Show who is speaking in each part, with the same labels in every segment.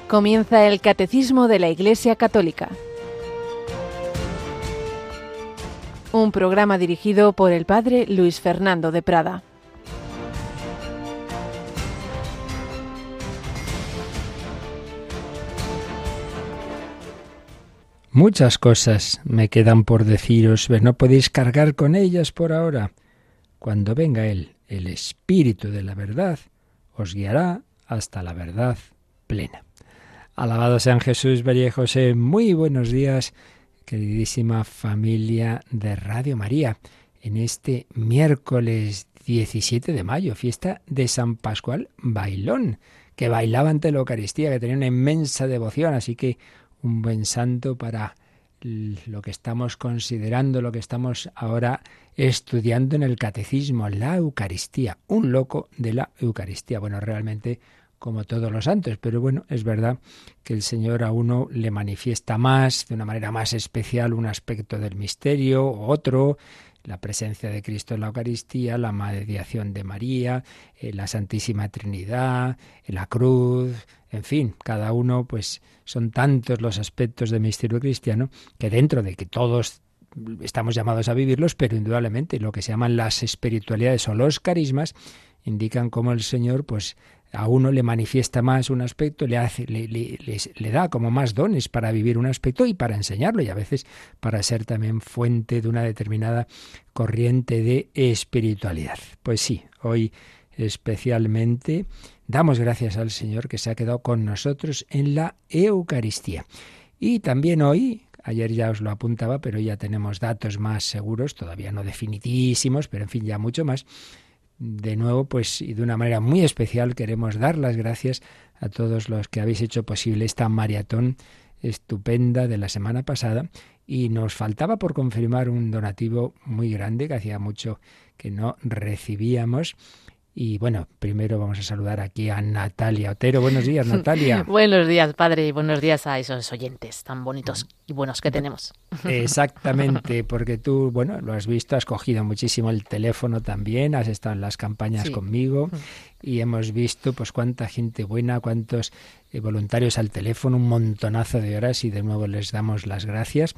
Speaker 1: Comienza el Catecismo de la Iglesia Católica. Un programa dirigido por el Padre Luis Fernando de Prada.
Speaker 2: Muchas cosas me quedan por deciros, pero no podéis cargar con ellas por ahora. Cuando venga Él, el Espíritu de la verdad, os guiará hasta la verdad plena. Alabado sean Jesús, María y José. Muy buenos días, queridísima familia de Radio María. En este miércoles 17 de mayo, fiesta de San Pascual Bailón, que bailaba ante la Eucaristía, que tenía una inmensa devoción, así que un buen santo para lo que estamos considerando, lo que estamos ahora estudiando en el Catecismo, la Eucaristía, un loco de la Eucaristía. Bueno, realmente como todos los santos, pero bueno, es verdad que el Señor a uno le manifiesta más, de una manera más especial, un aspecto del misterio, otro, la presencia de Cristo en la Eucaristía, la mediación de María, la Santísima Trinidad, la cruz, en fin, cada uno, pues son tantos los aspectos del misterio cristiano que dentro de que todos estamos llamados a vivirlos, pero indudablemente lo que se llaman las espiritualidades o los carismas indican cómo el Señor, pues a uno le manifiesta más un aspecto, le da como más dones para vivir un aspecto y para enseñarlo, y a veces para ser también fuente de una determinada corriente de espiritualidad. Pues sí, hoy especialmente damos gracias al Señor que se ha quedado con nosotros en la Eucaristía. Y también hoy, ayer ya os lo apuntaba, pero ya tenemos datos más seguros, todavía no definitísimos, pero en fin, ya mucho más. De nuevo, pues, y de una manera muy especial, queremos dar las gracias a todos los que habéis hecho posible esta maratón estupenda de la semana pasada, y nos faltaba por confirmar un donativo muy grande que hacía mucho que no recibíamos. Y bueno, primero vamos a saludar aquí a Natalia Otero. Buenos días, Natalia.
Speaker 3: Buenos días, padre, y buenos días a esos oyentes tan bonitos y buenos que tenemos.
Speaker 2: Exactamente, porque tú, bueno, lo has visto, has cogido muchísimo el teléfono también, has estado en las campañas conmigo y hemos visto pues cuánta gente buena, cuántos voluntarios al teléfono, un montonazo de horas, y de nuevo les damos las gracias.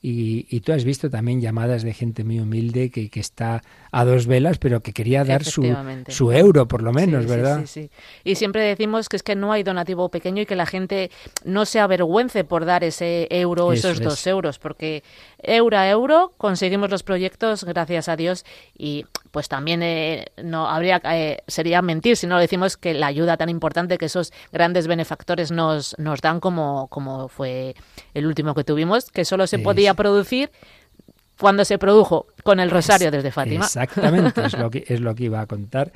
Speaker 2: Y tú has visto también llamadas de gente muy humilde que está a dos velas, pero que quería dar su euro, por lo menos, ¿verdad?
Speaker 3: Sí. Y siempre decimos que es que no hay donativo pequeño y que la gente no se avergüence por dar ese euro, esos 2 euros, porque euro a euro conseguimos los proyectos, gracias a Dios, y pues también no habría sería mentir si no decimos que la ayuda tan importante que esos grandes benefactores nos dan, como fue el último que tuvimos, que solo se podía producir cuando se produjo con el Rosario desde Fátima.
Speaker 2: Exactamente, es lo que iba a contar,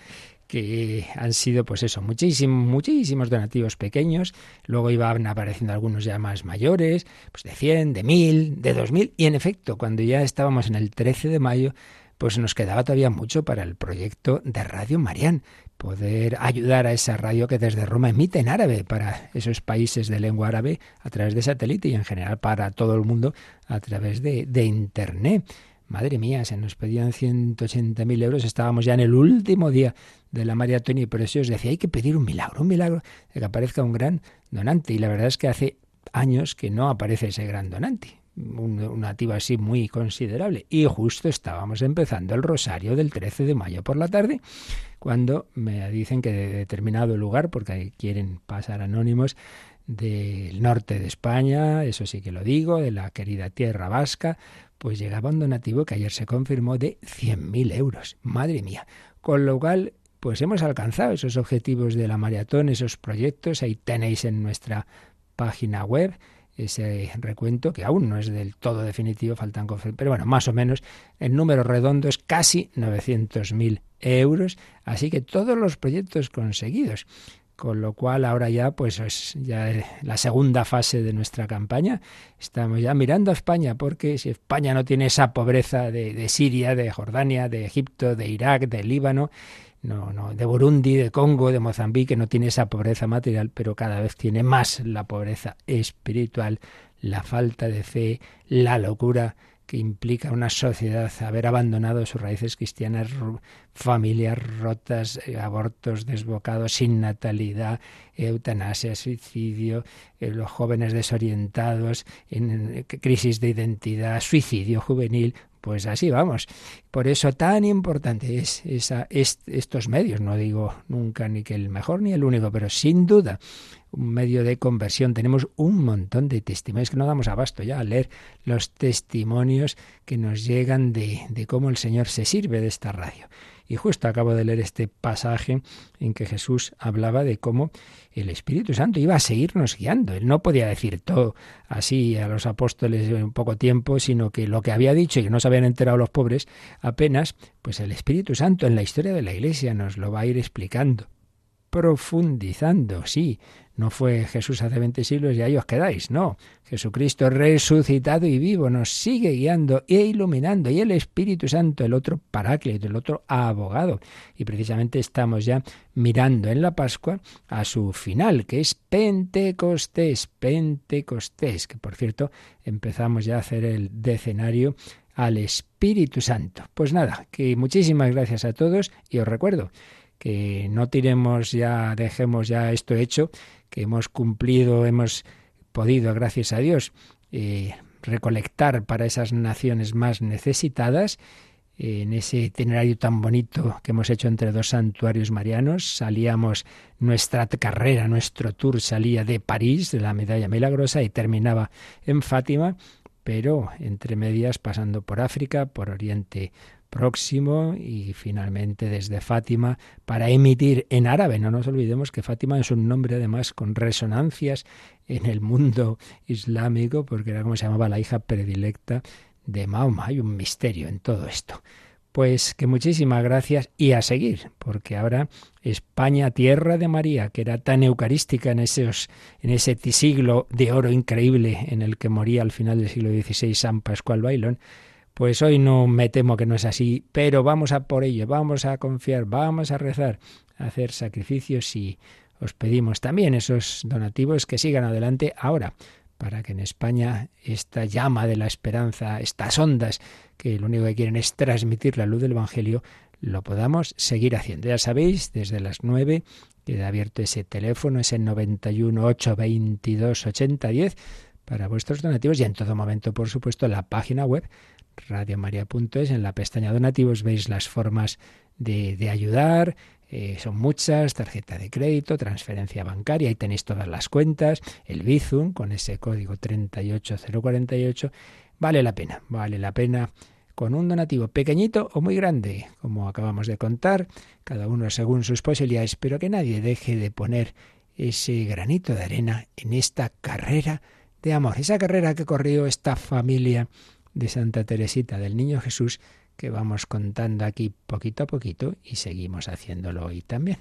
Speaker 2: que han sido pues eso, muchísimos donativos pequeños, luego iban apareciendo algunos ya más mayores, pues de 100, de 1000, de 2000, y en efecto, cuando ya estábamos en el 13 de mayo, pues nos quedaba todavía mucho para el proyecto de Radio Marián, poder ayudar a esa radio que desde Roma emite en árabe para esos países de lengua árabe a través de satélite y en general para todo el mundo a través de Internet. Madre mía, se nos pedían 180.000 euros, estábamos ya en el último día de la maratón y por eso os decía, hay que pedir un milagro de que aparezca un gran donante, y la verdad es que hace años que no aparece ese gran donante. Un donativo así muy considerable, y justo estábamos empezando el rosario del 13 de mayo por la tarde cuando me dicen que de determinado lugar, porque quieren pasar anónimos, del norte de España, eso sí que lo digo, de la querida tierra vasca, pues llegaba un donativo que ayer se confirmó de 100.000 euros, madre mía, con lo cual pues hemos alcanzado esos objetivos de la maratón, esos proyectos. Ahí tenéis en nuestra página web ese recuento, que aún no es del todo definitivo, faltan pero bueno, más o menos el número redondo es casi 900.000 euros, así que todos los proyectos conseguidos, con lo cual ahora ya pues es ya la segunda fase de nuestra campaña. Estamos ya mirando a España, porque si España no tiene esa pobreza de Siria, de Jordania, de Egipto, de Irak, de Líbano, no, de Burundi, de Congo, de Mozambique, no tiene esa pobreza material, pero cada vez tiene más la pobreza espiritual, la falta de fe, la locura que implica una sociedad haber abandonado sus raíces cristianas, familias rotas, abortos desbocados, sin natalidad, eutanasia, suicidio, los jóvenes desorientados, en crisis de identidad, suicidio juvenil. Pues así vamos. Por eso tan importante es estos medios. No digo nunca ni que el mejor ni el único, pero sin duda un medio de conversión. Tenemos un montón de testimonios que no damos abasto ya a leer los testimonios que nos llegan de cómo el Señor se sirve de esta radio. Y justo acabo de leer este pasaje en que Jesús hablaba de cómo el Espíritu Santo iba a seguirnos guiando. Él no podía decir todo así a los apóstoles en poco tiempo, sino que lo que había dicho y que no se habían enterado los pobres apenas, pues el Espíritu Santo en la historia de la Iglesia nos lo va a ir explicando, profundizando, sí. No fue Jesús hace 20 siglos y ahí os quedáis, no. Jesucristo resucitado y vivo nos sigue guiando e iluminando. Y el Espíritu Santo, el otro paráclito, el otro abogado. Y precisamente estamos ya mirando en la Pascua a su final, que es Pentecostés, que por cierto empezamos ya a hacer el decenario al Espíritu Santo. Pues nada, que muchísimas gracias a todos y os recuerdo que no tiremos ya, dejemos ya esto hecho, que hemos cumplido, hemos podido, gracias a Dios, recolectar para esas naciones más necesitadas. En ese itinerario tan bonito que hemos hecho entre dos santuarios marianos, nuestra carrera, nuestro tour salía de París, de la Medalla Milagrosa, y terminaba en Fátima, pero entre medias pasando por África, por Oriente Próximo y finalmente desde Fátima para emitir en árabe. No nos olvidemos que Fátima es un nombre además con resonancias en el mundo islámico, porque era como se llamaba la hija predilecta de Mahoma. Hay un misterio en todo esto. Pues que muchísimas gracias y a seguir, porque ahora España, tierra de María, que era tan eucarística en ese siglo de oro increíble en el que moría al final del siglo XVI San Pascual Bailón, pues hoy no me temo que no es así, pero vamos a por ello, vamos a confiar, vamos a rezar, a hacer sacrificios y os pedimos también esos donativos que sigan adelante ahora, para que en España esta llama de la esperanza, estas ondas que lo único que quieren es transmitir la luz del Evangelio, lo podamos seguir haciendo. Ya sabéis, desde las 9 queda abierto ese teléfono, ese 91 822 8010 para vuestros donativos y en todo momento, por supuesto, la página web radiomaria.es, en la pestaña donativos veis las formas de ayudar, son muchas, tarjeta de crédito, transferencia bancaria, ahí tenéis todas las cuentas, el Bizum con ese código 38048, vale la pena con un donativo pequeñito o muy grande, como acabamos de contar, cada uno según sus posibilidades, pero que nadie deje de poner ese granito de arena en esta carrera de amor, esa carrera que corrió esta familia de Santa Teresita del Niño Jesús, que vamos contando aquí poquito a poquito y seguimos haciéndolo hoy también.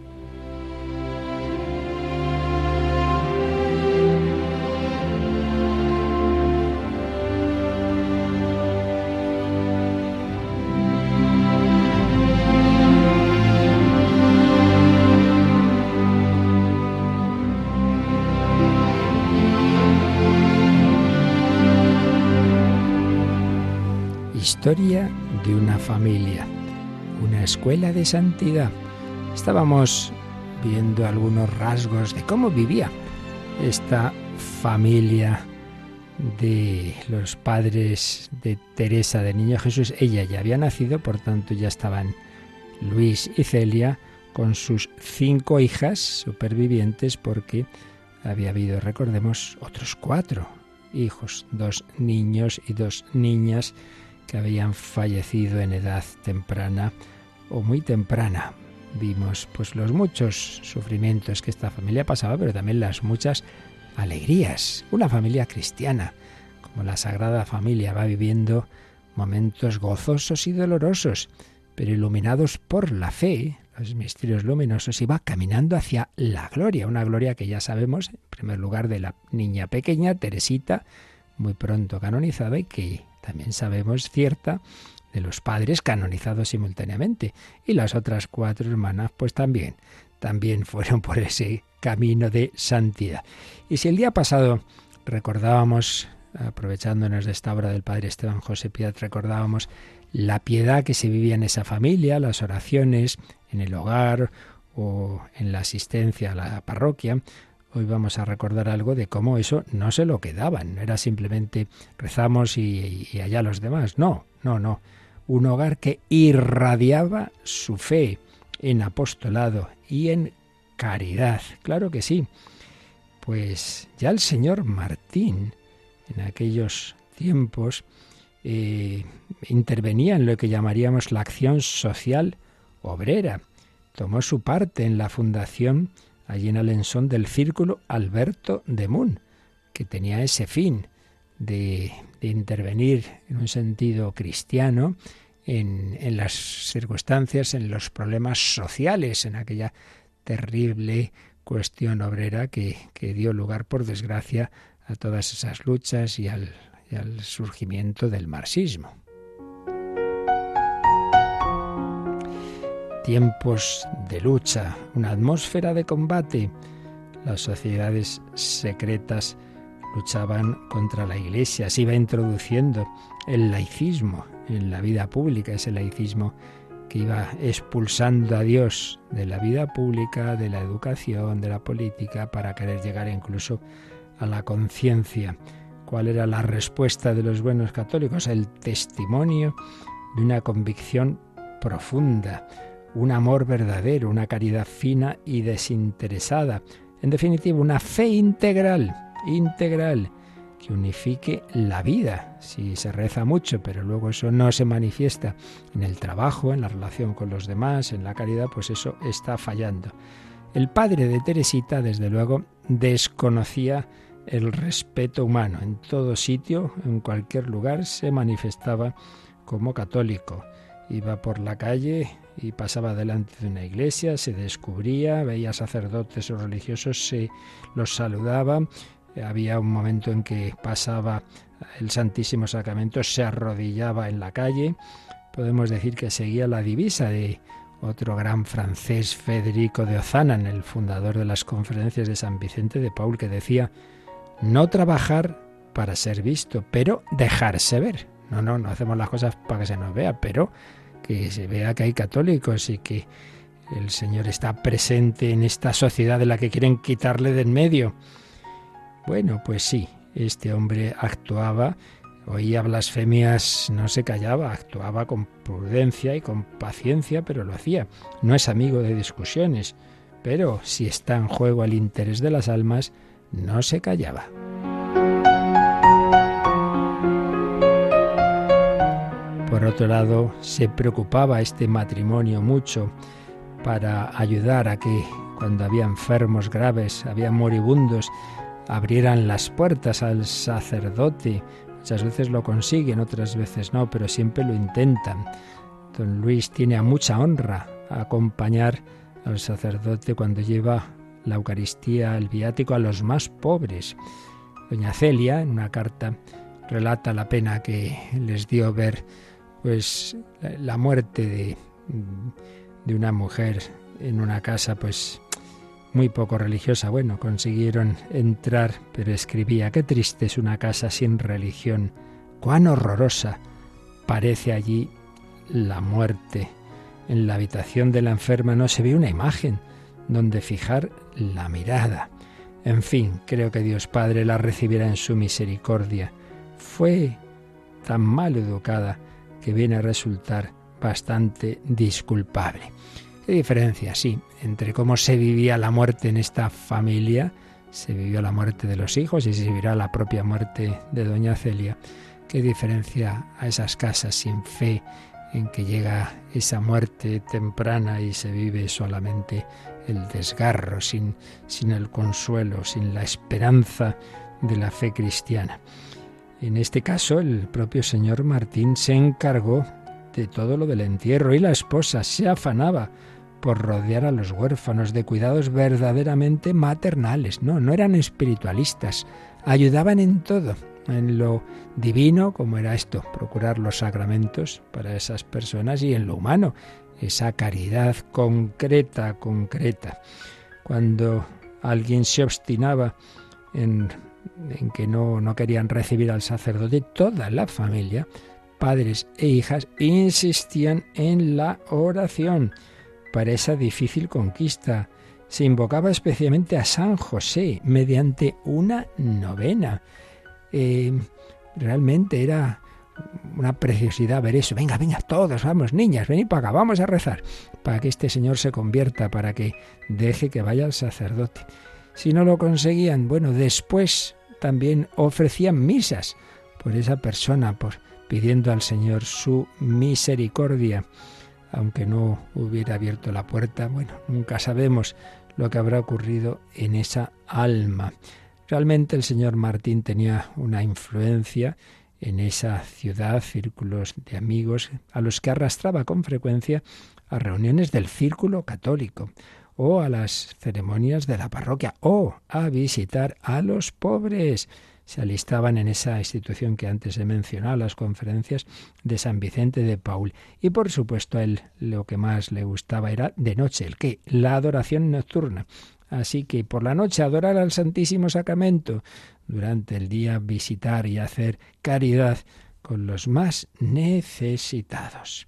Speaker 2: Historia de una familia, una escuela de santidad. Estábamos viendo algunos rasgos de cómo vivía esta familia de los padres de Teresa del Niño Jesús. Ella ya había nacido, por tanto ya estaban Luis y Celia con sus 5 hijas supervivientes, porque había habido, recordemos, otros 4 hijos, 2 niños y 2 niñas que habían fallecido en edad temprana o muy temprana. Vimos pues los muchos sufrimientos que esta familia pasaba, pero también las muchas alegrías. Una familia cristiana, como la Sagrada Familia, va viviendo momentos gozosos y dolorosos, pero iluminados por la fe, los misterios luminosos, y va caminando hacia la gloria, una gloria que ya sabemos, en primer lugar, de la niña pequeña, Teresita, muy pronto canonizada, y que también sabemos cierta de los padres canonizados simultáneamente. Y las otras 4 hermanas, pues también fueron por ese camino de santidad. Y si el día pasado recordábamos aprovechándonos de esta obra del padre Esteban José Piat, recordábamos la piedad que se vivía en esa familia, las oraciones en el hogar o en la asistencia a la parroquia. Hoy vamos a recordar algo de cómo eso no se lo quedaban, no era simplemente rezamos y allá los demás, no. Un hogar que irradiaba su fe en apostolado y en caridad, claro que sí. Pues ya el señor Martín, en aquellos tiempos, intervenía en lo que llamaríamos la acción social obrera. Tomó su parte en la fundación, allí en Alençon, del Círculo Alberto de Mun, que tenía ese fin de intervenir en un sentido cristiano en las circunstancias, en los problemas sociales, en aquella terrible cuestión obrera que dio lugar, por desgracia, a todas esas luchas y al surgimiento del marxismo. Tiempos de lucha, una atmósfera de combate. Las sociedades secretas luchaban contra la Iglesia, se iba introduciendo el laicismo en la vida pública, ese laicismo que iba expulsando a Dios de la vida pública, de la educación, de la política, para querer llegar incluso a la conciencia. ¿Cuál era la respuesta de los buenos católicos? El testimonio de una convicción profunda, un amor verdadero, una caridad fina y desinteresada. En definitiva, una fe integral, que unifique la vida. Si se reza mucho, pero luego eso no se manifiesta en el trabajo, en la relación con los demás, en la caridad, pues eso está fallando. El padre de Teresita, desde luego, desconocía el respeto humano. En todo sitio, en cualquier lugar, se manifestaba como católico. Iba por la calle y pasaba delante de una iglesia, se descubría, veía sacerdotes o religiosos, se los saludaba. Había un momento en que pasaba el Santísimo Sacramento, se arrodillaba en la calle. Podemos decir que seguía la divisa de otro gran francés, Federico de Ozanam, el fundador de las conferencias de San Vicente de Paúl, que decía: no trabajar para ser visto, pero dejarse ver. No hacemos las cosas para que se nos vea, pero que se vea que hay católicos y que el Señor está presente en esta sociedad de la que quieren quitarle de en medio. Bueno, pues sí, este hombre actuaba, oía blasfemias, no se callaba, actuaba con prudencia y con paciencia, pero lo hacía. No es amigo de discusiones, pero si está en juego el interés de las almas, no se callaba. Por otro lado, se preocupaba este matrimonio mucho para ayudar a que, cuando había enfermos graves, había moribundos, abrieran las puertas al sacerdote. Muchas veces lo consiguen, otras veces no, pero siempre lo intentan. Don Luis tiene a mucha honra a acompañar al sacerdote cuando lleva la Eucaristía, el viático, a los más pobres. Doña Celia, en una carta, relata la pena que les dio ver pues la muerte de una mujer en una casa pues muy poco religiosa. Bueno, consiguieron entrar, pero escribía: qué triste es una casa sin religión, cuán horrorosa parece allí la muerte. En la habitación de la enferma no se ve una imagen donde fijar la mirada. En fin, creo que Dios Padre la recibiera en su misericordia. Fue tan mal educada que viene a resultar bastante disculpable. ¿Qué diferencia, sí, entre cómo se vivía la muerte en esta familia? Se vivió la muerte de los hijos y se vivirá la propia muerte de doña Celia. ¿Qué diferencia a esas casas sin fe, en que llega esa muerte temprana y se vive solamente el desgarro, sin el consuelo, sin la esperanza de la fe cristiana? En este caso, el propio señor Martín se encargó de todo lo del entierro y la esposa se afanaba por rodear a los huérfanos de cuidados verdaderamente maternales. No eran espiritualistas, ayudaban en todo, en lo divino, como era esto, procurar los sacramentos para esas personas, y en lo humano, esa caridad concreta. Cuando alguien se obstinaba en en que no querían recibir al sacerdote, toda la familia, padres e hijas, insistían en la oración para esa difícil conquista. Se invocaba especialmente a San José mediante una novena. Realmente era una preciosidad ver eso. Venga, todos, vamos, niñas, venid para acá, vamos a rezar, para que este señor se convierta, para que deje que vaya el sacerdote. Si no lo conseguían, bueno, después también ofrecían misas por esa persona, pidiendo al Señor su misericordia. Aunque no hubiera abierto la puerta, bueno, nunca sabemos lo que habrá ocurrido en esa alma. Realmente el señor Martín tenía una influencia en esa ciudad, círculos de amigos a los que arrastraba con frecuencia a reuniones del círculo católico o a las ceremonias de la parroquia o a visitar a los pobres. Se alistaban en esa institución que antes he mencionado, las conferencias de San Vicente de Paúl. Y por supuesto a él lo que más le gustaba era de noche, la adoración nocturna. Así que por la noche adorar al Santísimo Sacramento, durante el día visitar y hacer caridad con los más necesitados.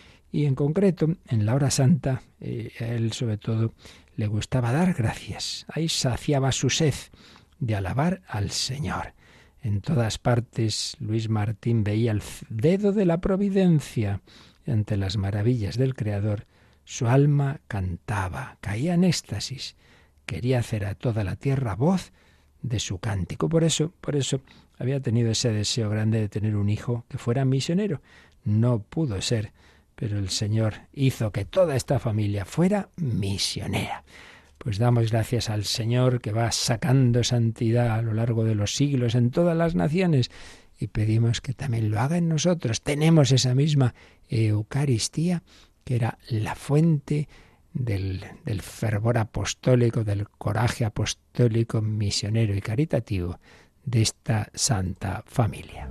Speaker 2: Y en concreto, en la hora santa, a él sobre todo le gustaba dar gracias. Ahí saciaba su sed de alabar al Señor. En todas partes Luis Martín veía el dedo de la providencia y ante las maravillas del Creador. Su alma cantaba, caía en éxtasis. Quería hacer a toda la tierra voz de su cántico. Por eso había tenido ese deseo grande de tener un hijo que fuera misionero. No pudo ser, pero el Señor hizo que toda esta familia fuera misionera. Pues damos gracias al Señor que va sacando santidad a lo largo de los siglos en todas las naciones y pedimos que también lo haga en nosotros. Tenemos esa misma Eucaristía que era la fuente del fervor apostólico, del coraje apostólico, misionero y caritativo de esta santa familia.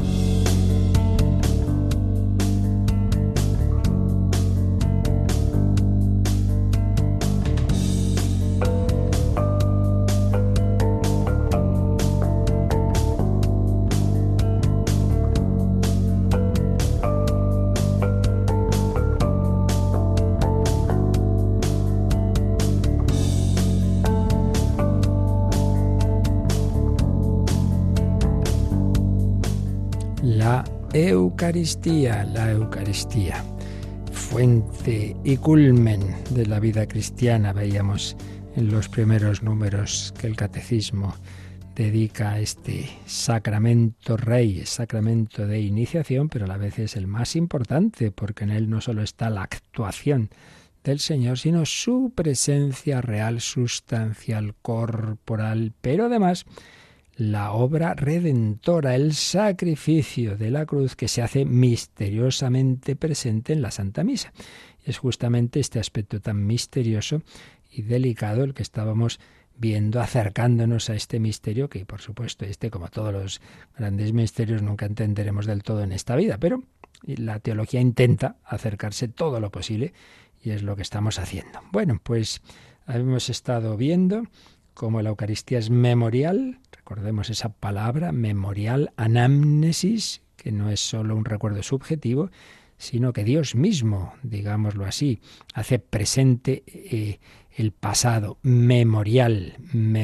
Speaker 2: La Eucaristía, fuente y culmen de la vida cristiana. Veíamos en los primeros números que el Catecismo dedica a este sacramento rey, sacramento de iniciación, pero a la vez es el más importante, porque en él no solo está la actuación del Señor, sino su presencia real, sustancial, corporal, pero además la obra redentora, el sacrificio de la cruz que se hace misteriosamente presente en la Santa Misa. Es justamente este aspecto tan misterioso y delicado el que estábamos viendo, acercándonos a este misterio que, por supuesto, como todos los grandes misterios, nunca entenderemos del todo en esta vida, pero la teología intenta acercarse todo lo posible y es lo que estamos haciendo. Bueno, pues hemos estado viendo cómo la Eucaristía es memorial. Recordemos esa palabra, memorial, anamnesis, que no es solo un recuerdo subjetivo, sino que Dios mismo, digámoslo así, hace presente el pasado, memorial.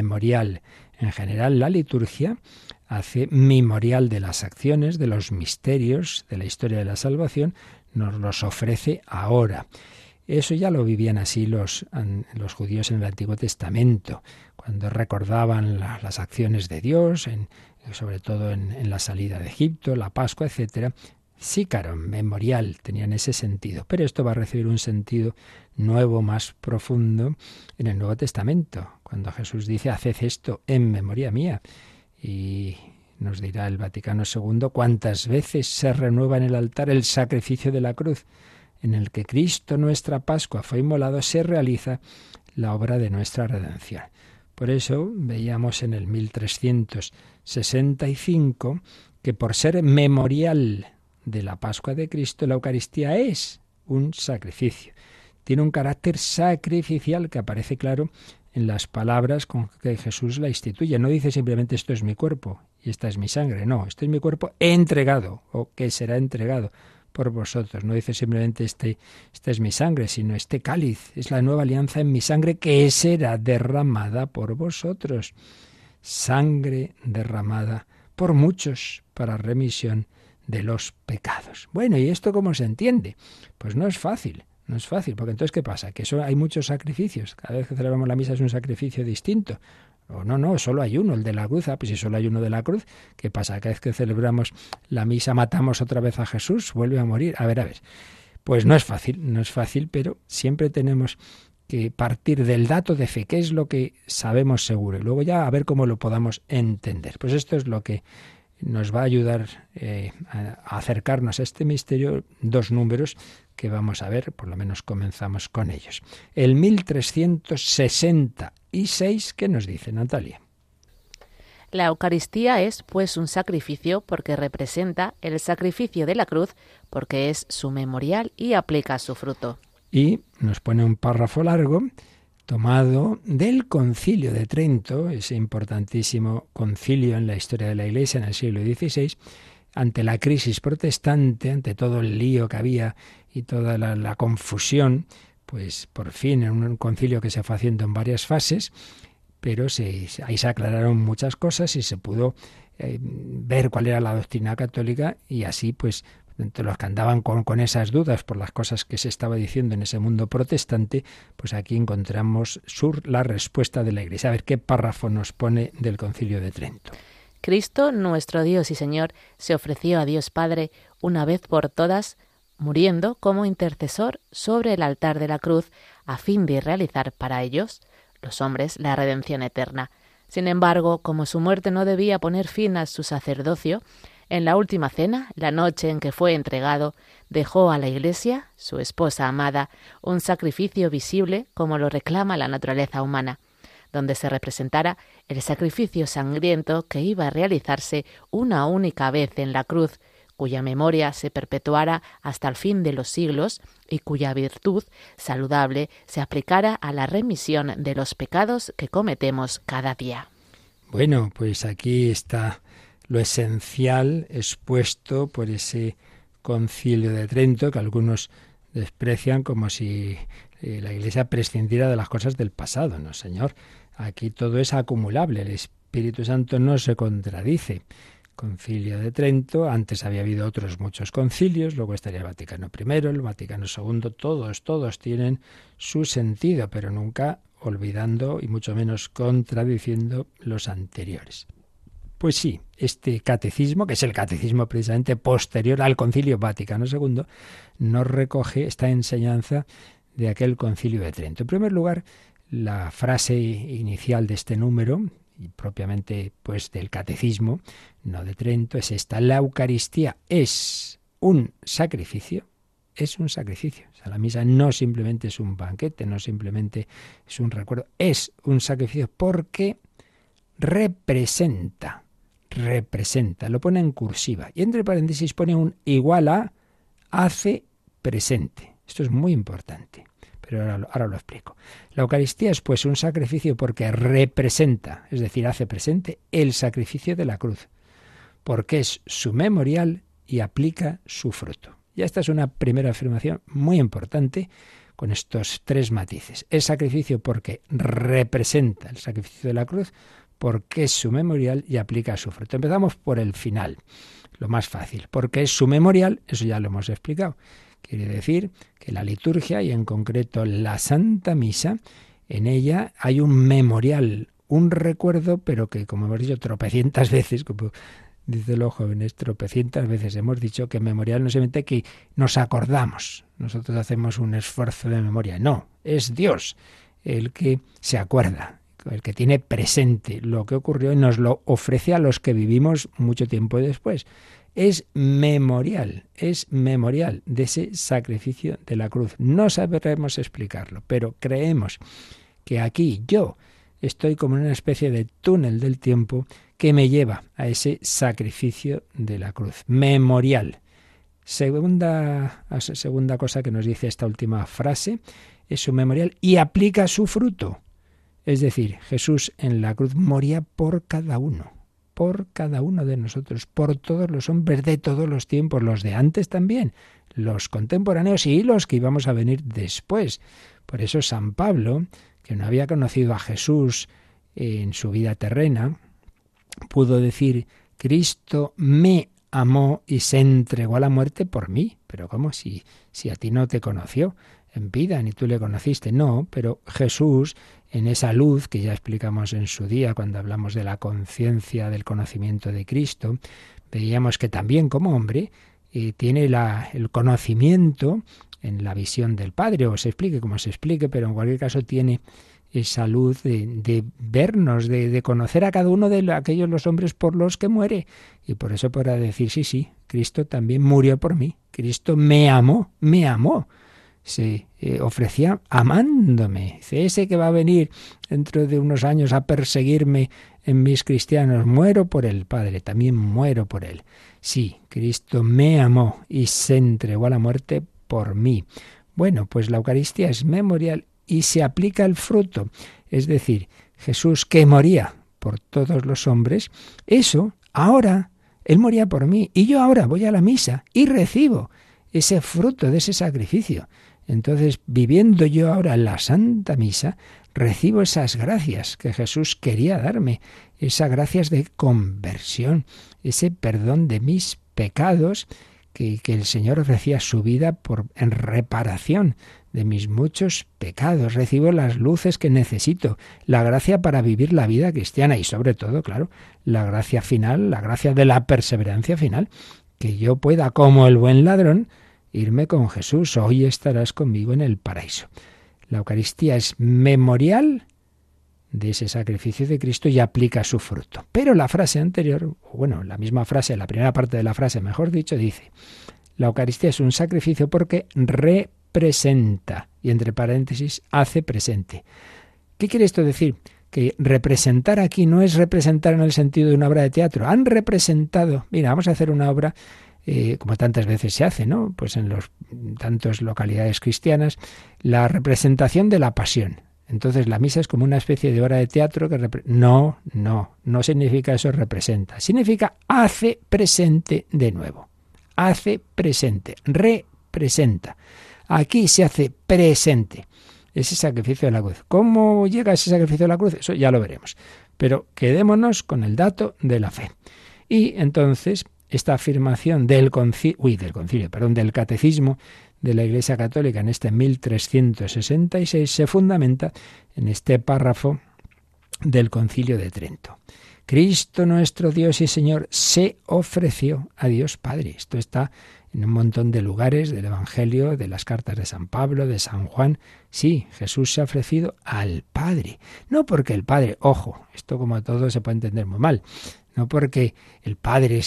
Speaker 2: En general, la liturgia hace memorial de las acciones, de los misterios, de la historia de la salvación, nos los ofrece ahora. Eso ya lo vivían así los judíos en el Antiguo Testamento, cuando recordaban las acciones de Dios, sobre todo en la salida de Egipto, la Pascua, etc. Sí, claro, memorial, tenían ese sentido. Pero esto va a recibir un sentido nuevo, más profundo, en el Nuevo Testamento, cuando Jesús dice, haced esto en memoria mía. Y nos dirá el Vaticano II cuántas veces se renueva en el altar el sacrificio de la cruz, en el que Cristo, nuestra Pascua, fue inmolado, se realiza la obra de nuestra redención. Por eso veíamos en el 1365 que por ser memorial de la Pascua de Cristo, la Eucaristía es un sacrificio. Tiene un carácter sacrificial que aparece claro en las palabras con que Jesús la instituye. No dice simplemente esto es mi cuerpo y esta es mi sangre. No, esto es mi cuerpo entregado o que será entregado por vosotros. No dice simplemente esta es mi sangre, sino este cáliz es la nueva alianza en mi sangre que será derramada por vosotros. Sangre derramada por muchos para remisión de los pecados. Bueno, ¿y esto cómo se entiende? Pues no es fácil. No es fácil, porque entonces ¿qué pasa? Que hay muchos sacrificios. Cada vez que celebramos la misa es un sacrificio distinto. O no, solo hay uno, el de la cruz. Pues si solo hay uno de la cruz, ¿qué pasa? Cada vez que celebramos la misa matamos otra vez a Jesús, vuelve a morir. A ver. Pues no es fácil, pero siempre tenemos que partir del dato de fe, que es lo que sabemos seguro, y luego ya a ver cómo lo podamos entender. Pues esto es lo que nos va a ayudar a acercarnos a este misterio, 2 números que vamos a ver, por lo menos comenzamos con ellos. El 1366, ¿qué nos dice Natalia?
Speaker 3: La Eucaristía es, pues, un sacrificio porque representa el sacrificio de la cruz, porque es su memorial y aplica su fruto.
Speaker 2: Y nos pone un párrafo largo tomado del Concilio de Trento, ese importantísimo concilio en la historia de la Iglesia en el siglo XVI, ante la crisis protestante, ante todo el lío que había y toda la confusión, pues por fin en un concilio que se fue haciendo en varias fases, pero ahí se aclararon muchas cosas y se pudo ver cuál era la doctrina católica, y así pues entre los que andaban con esas dudas por las cosas que se estaba diciendo en ese mundo protestante, pues aquí encontramos la respuesta de la Iglesia. A ver qué párrafo nos pone del Concilio de Trento.
Speaker 3: Cristo, nuestro Dios y Señor, se ofreció a Dios Padre una vez por todas, muriendo como intercesor sobre el altar de la cruz, a fin de realizar para ellos, los hombres, la redención eterna. Sin embargo, como su muerte no debía poner fin a su sacerdocio, en la última cena, la noche en que fue entregado, dejó a la Iglesia, su esposa amada, un sacrificio visible como lo reclama la naturaleza humana, donde se representara el sacrificio sangriento que iba a realizarse una única vez en la cruz, cuya memoria se perpetuara hasta el fin de los siglos y cuya virtud saludable se aplicara a la remisión de los pecados que cometemos cada día.
Speaker 2: Bueno, pues aquí está lo esencial expuesto por ese Concilio de Trento, que algunos desprecian como si la Iglesia prescindiera de las cosas del pasado. No, señor, aquí todo es acumulable, el Espíritu Santo no se contradice. Concilio de Trento, antes había habido otros muchos concilios, luego estaría el Vaticano I, el Vaticano II, todos tienen su sentido, pero nunca olvidando y mucho menos contradiciendo los anteriores. Pues sí, este catecismo, que es el catecismo precisamente posterior al Concilio Vaticano II, nos recoge esta enseñanza de aquel Concilio de Trento. En primer lugar, la frase inicial de este número, y propiamente pues del catecismo, no de Trento, es esta: la Eucaristía es un sacrificio. Es un sacrificio. O sea, la misa no simplemente es un banquete, no simplemente es un recuerdo, es un sacrificio porque representa, lo pone en cursiva y entre paréntesis pone un igual a, hace presente. Esto es muy importante, pero ahora lo explico. La Eucaristía es pues un sacrificio porque representa, es decir, hace presente el sacrificio de la cruz, porque es su memorial y aplica su fruto. Y esta es una primera afirmación muy importante con estos 3 matices. Es sacrificio porque representa el sacrificio de la cruz, porque es su memorial y aplica su fruto. Empezamos por el final, lo más fácil. Porque es su memorial, eso ya lo hemos explicado. Quiere decir que la liturgia, y en concreto la Santa Misa, en ella hay un memorial, un recuerdo, pero que, como hemos dicho tropecientas veces, como dicen los jóvenes, tropecientas veces hemos dicho que memorial no es simplemente que nos acordamos, nosotros hacemos un esfuerzo de memoria. No, es Dios el que se acuerda, el que tiene presente lo que ocurrió y nos lo ofrece a los que vivimos mucho tiempo después. Es memorial de ese sacrificio de la cruz. No sabremos explicarlo, pero creemos que aquí yo estoy como en una especie de túnel del tiempo que me lleva a ese sacrificio de la cruz. Memorial. Segunda cosa que nos dice esta última frase, es su memorial y aplica su fruto. Es decir, Jesús en la cruz moría por cada uno de nosotros, por todos los hombres de todos los tiempos, los de antes también, los contemporáneos y los que íbamos a venir después. Por eso San Pablo, que no había conocido a Jesús en su vida terrena, pudo decir: Cristo me amó y se entregó a la muerte por mí. Pero ¿cómo? Si a ti no te conoció en vida, ni tú le conociste. No, pero Jesús, en esa luz que ya explicamos en su día cuando hablamos de la conciencia del conocimiento de Cristo, veíamos que también como hombre tiene el conocimiento en la visión del Padre, o se explique como se explique, pero en cualquier caso tiene esa luz de vernos, de conocer a cada uno de aquellos los hombres por los que muere. Y por eso podrá decir, sí, Cristo también murió por mí. Cristo me amó. Se ofrecía amándome. Dice, ese que va a venir dentro de unos años a perseguirme en mis cristianos, muero por él, Padre, también muero por él. Sí, Cristo me amó y se entregó a la muerte por mí. Bueno, pues la Eucaristía es memorial y se aplica el fruto. Es decir, Jesús que moría por todos los hombres, eso ahora, Él moría por mí y yo ahora voy a la misa y recibo ese fruto de ese sacrificio. Entonces, viviendo yo ahora la Santa Misa, recibo esas gracias que Jesús quería darme, esas gracias de conversión, ese perdón de mis pecados que el Señor ofrecía su vida en reparación de mis muchos pecados. Recibo las luces que necesito, la gracia para vivir la vida cristiana y sobre todo, claro, la gracia final, la gracia de la perseverancia final, que yo pueda, como el buen ladrón, irme con Jesús. Hoy estarás conmigo en el paraíso. La Eucaristía es memorial de ese sacrificio de Cristo y aplica su fruto. Pero la frase anterior, bueno, la misma frase, la primera parte de la frase, mejor dicho, dice: la Eucaristía es un sacrificio porque representa, y entre paréntesis, hace presente. ¿Qué quiere esto decir? Que representar aquí no es representar en el sentido de una obra de teatro. Han representado, mira, vamos a hacer una obra como tantas veces se hace, ¿no? Pues en tantas localidades cristianas, la representación de la pasión. Entonces la misa es como una especie de obra de teatro que no significa eso, representa. Significa hace presente de nuevo. Hace presente, representa. Aquí se hace presente ese sacrificio de la cruz. ¿Cómo llega ese sacrificio de la cruz? Eso ya lo veremos. Pero quedémonos con el dato de la fe. Y entonces esta afirmación del Catecismo de la Iglesia Católica en este 1366 se fundamenta en este párrafo del Concilio de Trento. Cristo nuestro Dios y Señor se ofreció a Dios Padre. Esto está en un montón de lugares del Evangelio, de las cartas de San Pablo, de San Juan. Sí, Jesús se ha ofrecido al Padre. No porque el Padre, ojo, esto como todo se puede entender muy mal, no porque el Padre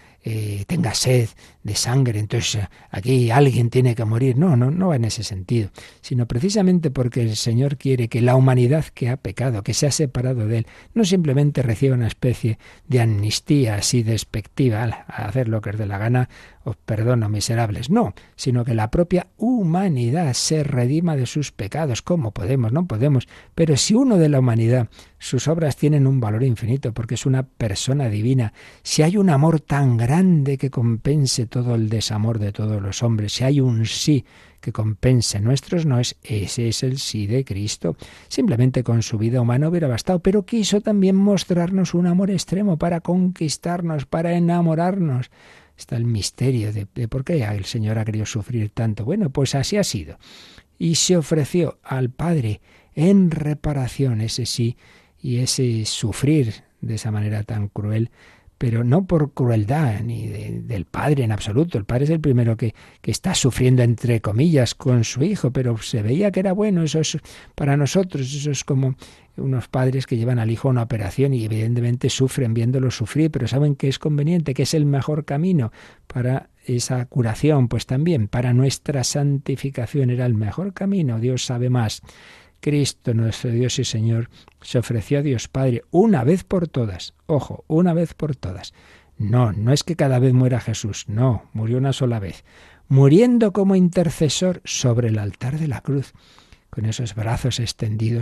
Speaker 2: tenga sed de sangre, entonces aquí alguien tiene que morir. No va en ese sentido, sino precisamente porque el Señor quiere que la humanidad que ha pecado, que se ha separado de Él, no simplemente reciba una especie de amnistía así despectiva, a hacer lo que os dé la gana, os perdono, miserables. No, sino que la propia humanidad se redima de sus pecados. ¿Cómo podemos? No podemos. Pero si uno de la humanidad, sus obras tienen un valor infinito porque es una persona divina, si hay un amor tan grande que compense todo el desamor de todos los hombres, si hay un sí que compense nuestros noes, ese es el sí de Cristo. Simplemente con su vida humana hubiera bastado, pero quiso también mostrarnos un amor extremo para conquistarnos, para enamorarnos. Está el misterio de por qué el Señor ha querido sufrir tanto. Bueno, pues así ha sido. Y se ofreció al Padre en reparación, ese sí, y ese sufrir de esa manera tan cruel, pero no por crueldad ni del Padre en absoluto. El Padre es el primero que está sufriendo, entre comillas, con su Hijo, pero se veía que era bueno. Eso es para nosotros, eso es como unos padres que llevan al hijo a una operación y evidentemente sufren viéndolo sufrir, pero saben que es conveniente, que es el mejor camino para esa curación. Pues también para nuestra santificación era el mejor camino. Dios sabe más. Cristo, nuestro Dios y Señor, se ofreció a Dios Padre una vez por todas. Ojo, una vez por todas. No es que cada vez muera Jesús. No, murió una sola vez. Muriendo como intercesor sobre el altar de la cruz, con esos brazos extendidos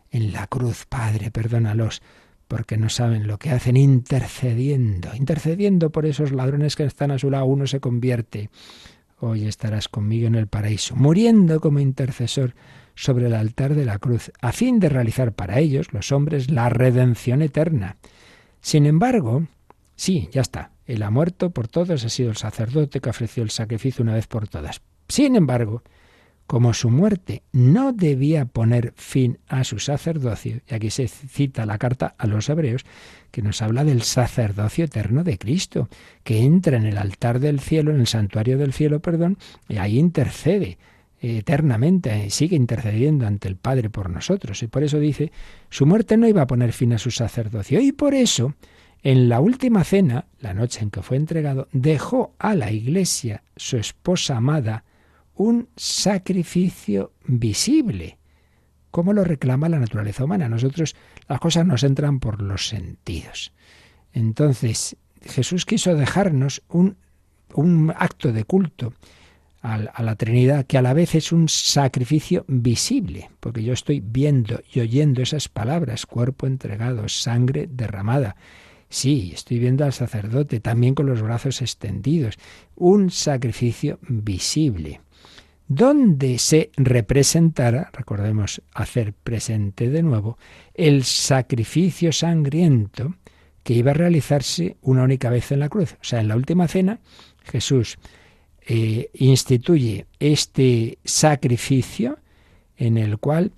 Speaker 2: en la cruz. Padre, perdónalos, porque no saben lo que hacen, intercediendo por esos ladrones que están a su lado. Uno se convierte. Hoy estarás conmigo en el paraíso, muriendo como intercesor sobre el altar de la cruz, a fin de realizar para ellos, los hombres, la redención eterna. Sin embargo, sí, ya está, Él ha muerto por todos, ha sido el sacerdote que ofreció el sacrificio una vez por todas. Sin embargo, como su muerte no debía poner fin a su sacerdocio, y aquí se cita la carta a los hebreos, que nos habla del sacerdocio eterno de Cristo, que entra en el altar del cielo, en el santuario del cielo, y ahí intercede eternamente, sigue intercediendo ante el Padre por nosotros. Y por eso dice, su muerte no iba a poner fin a su sacerdocio. Y por eso, en la última cena, la noche en que fue entregado, dejó a la Iglesia, su esposa amada, un sacrificio visible, como lo reclama la naturaleza humana. Nosotros las cosas nos entran por los sentidos. Entonces, Jesús quiso dejarnos un acto de culto a la Trinidad, que a la vez es un sacrificio visible, porque yo estoy viendo y oyendo esas palabras, cuerpo entregado, sangre derramada. Sí, estoy viendo al sacerdote también con los brazos extendidos, un sacrificio visible, donde se representara, recordemos, hacer presente de nuevo, el sacrificio sangriento que iba a realizarse una única vez en la cruz. O sea, en la última cena, Jesús instituye este sacrificio en el cual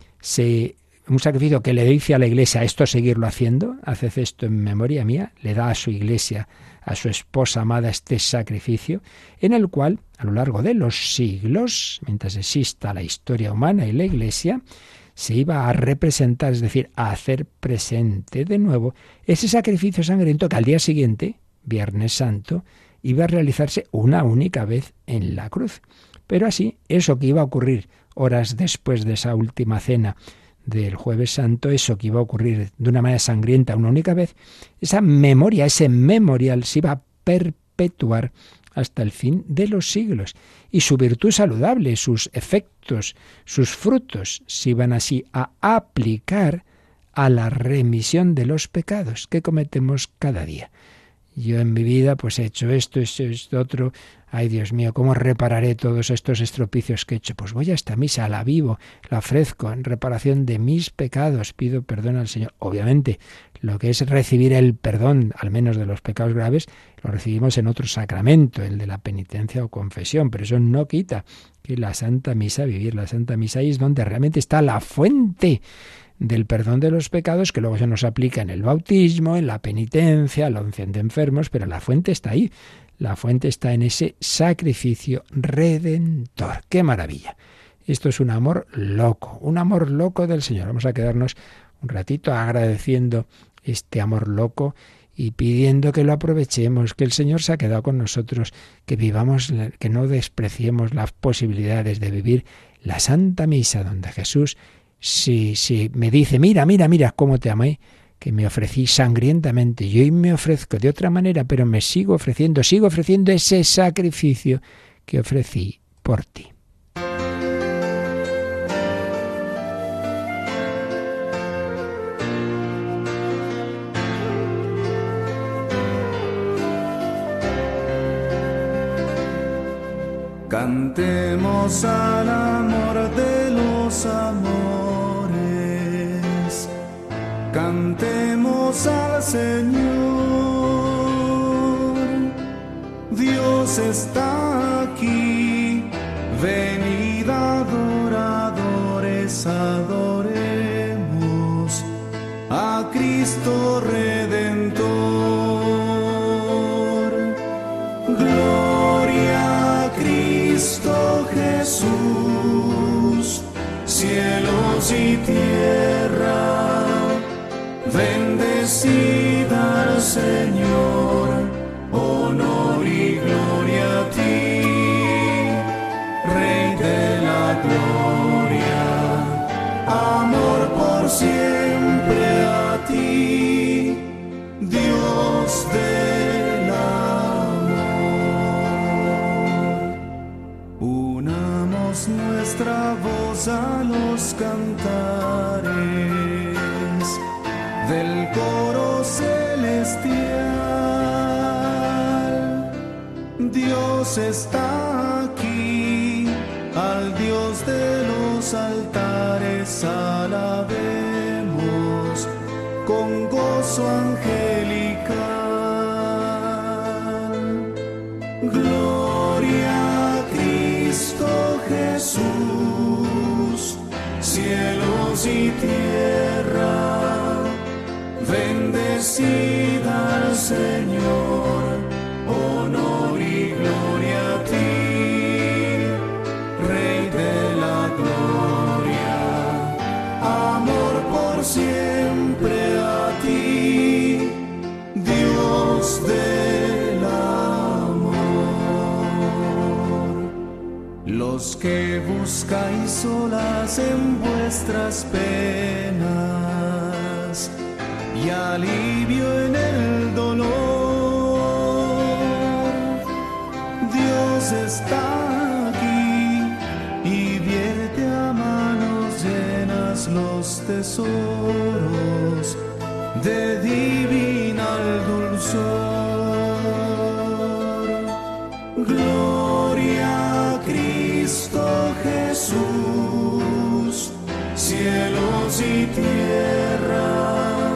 Speaker 2: un sacrificio que le dice a la Iglesia, esto seguirlo haciendo, haced esto en memoria mía, le da a su Iglesia, a su esposa amada, este sacrificio, en el cual, a lo largo de los siglos, mientras exista la historia humana y la Iglesia, se iba a representar, es decir, a hacer presente de nuevo ese sacrificio sangriento que al día siguiente, Viernes Santo, iba a realizarse una única vez en la cruz. Pero así, eso que iba a ocurrir horas después de esa última cena del Jueves Santo, eso que iba a ocurrir de una manera sangrienta una única vez, esa memoria, ese memorial se iba a perpetuar hasta el fin de los siglos. Y su virtud saludable, sus efectos, sus frutos, se iban así a aplicar a la remisión de los pecados que cometemos cada día. Yo en mi vida pues he hecho esto otro. Ay, Dios mío, ¿cómo repararé todos estos estropicios que he hecho? Pues voy a esta misa, la vivo, la ofrezco en reparación de mis pecados, pido perdón al Señor. Obviamente, lo que es recibir el perdón, al menos de los pecados graves, lo recibimos en otro sacramento, el de la penitencia o confesión, pero eso no quita que la Santa Misa, vivir la Santa Misa, ahí es donde realmente está la fuente del perdón de los pecados, que luego se nos aplica en el bautismo, en la penitencia, la unción de enfermos, pero la fuente está ahí. La fuente está en ese sacrificio redentor. ¡Qué maravilla! Esto es un amor loco del Señor. Vamos a quedarnos un ratito agradeciendo este amor loco y pidiendo que lo aprovechemos, que el Señor se ha quedado con nosotros, que vivamos, que no despreciemos las posibilidades de vivir la Santa Misa, donde Jesús si me dice, mira cómo te amé, que me ofrecí sangrientamente, y hoy me ofrezco de otra manera, pero me sigo ofreciendo ese sacrificio que ofrecí por ti.
Speaker 4: Cantemos al amor de los amores, cantemos al Señor. Dios está aquí, venid adoradores, adoremos a Cristo Redentor. Gloria a Cristo Jesús, cielos y tierra, bendecid al Señor, honor y gloria a ti, Rey de la gloria, amor por siempre a ti, Dios del amor. Unamos nuestra voz a los cantares, Dios está aquí, al Dios de los altares alabemos con gozo angelical. Gloria a Cristo Jesús, cielos y tierra, bendecida al Señor, honor y gloria a ti, Rey de la gloria, amor por siempre a ti, Dios del amor. Los que buscáis solas en vuestras penas y alivio en el dolor, Dios está aquí y vierte a manos llenas los tesoros de divinal dulzor. Gloria a Cristo Jesús, cielos y tierra,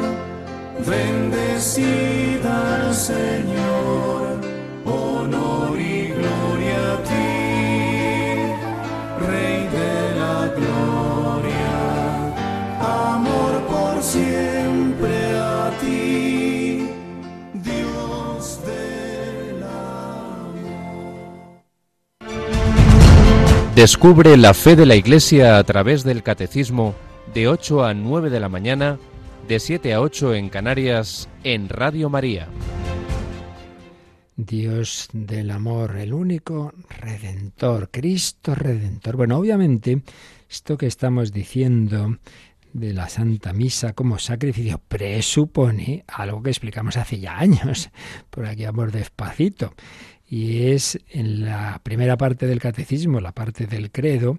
Speaker 4: bendecida al Señor, honor y gloria a ti, Rey de la gloria, amor por siempre a ti, Dios del amor.
Speaker 5: Descubre la fe de la Iglesia a través del Catecismo de 8 a 9 de la mañana, de 7 a 8 en Canarias, en Radio María.
Speaker 2: Dios del amor, el único Redentor, Cristo Redentor. Bueno, obviamente, esto que estamos diciendo de la Santa Misa como sacrificio presupone algo que explicamos hace ya años, por aquí vamos despacito, y es en la primera parte del Catecismo, la parte del credo,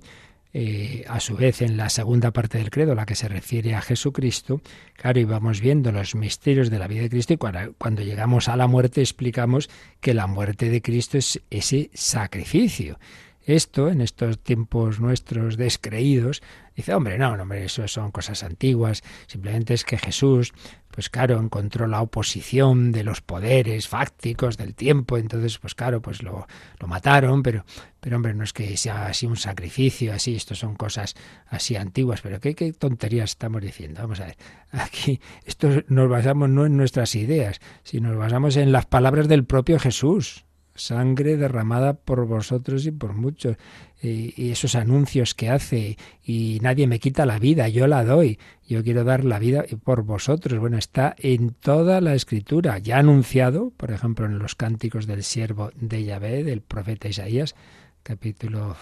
Speaker 2: a su vez en la segunda parte del credo, la que se refiere a Jesucristo, claro, y vamos viendo los misterios de la vida de Cristo, y cuando llegamos a la muerte explicamos que la muerte de Cristo es ese sacrificio. Esto, en estos tiempos nuestros descreídos, dice, hombre, eso son cosas antiguas, simplemente es que Jesús, pues claro, encontró la oposición de los poderes fácticos del tiempo, entonces, pues claro, pues lo mataron, pero hombre, no es que sea así un sacrificio, así, esto son cosas así antiguas, pero qué tonterías estamos diciendo. Vamos a ver, aquí esto nos basamos no en nuestras ideas, sino nos basamos en las palabras del propio Jesús. Sangre derramada por vosotros y por muchos, y esos anuncios que hace, y nadie me quita la vida, yo la doy, yo quiero dar la vida por vosotros. Bueno, está en toda la Escritura, ya anunciado, por ejemplo, en los cánticos del siervo de Yahvé, del profeta Isaías, capítulo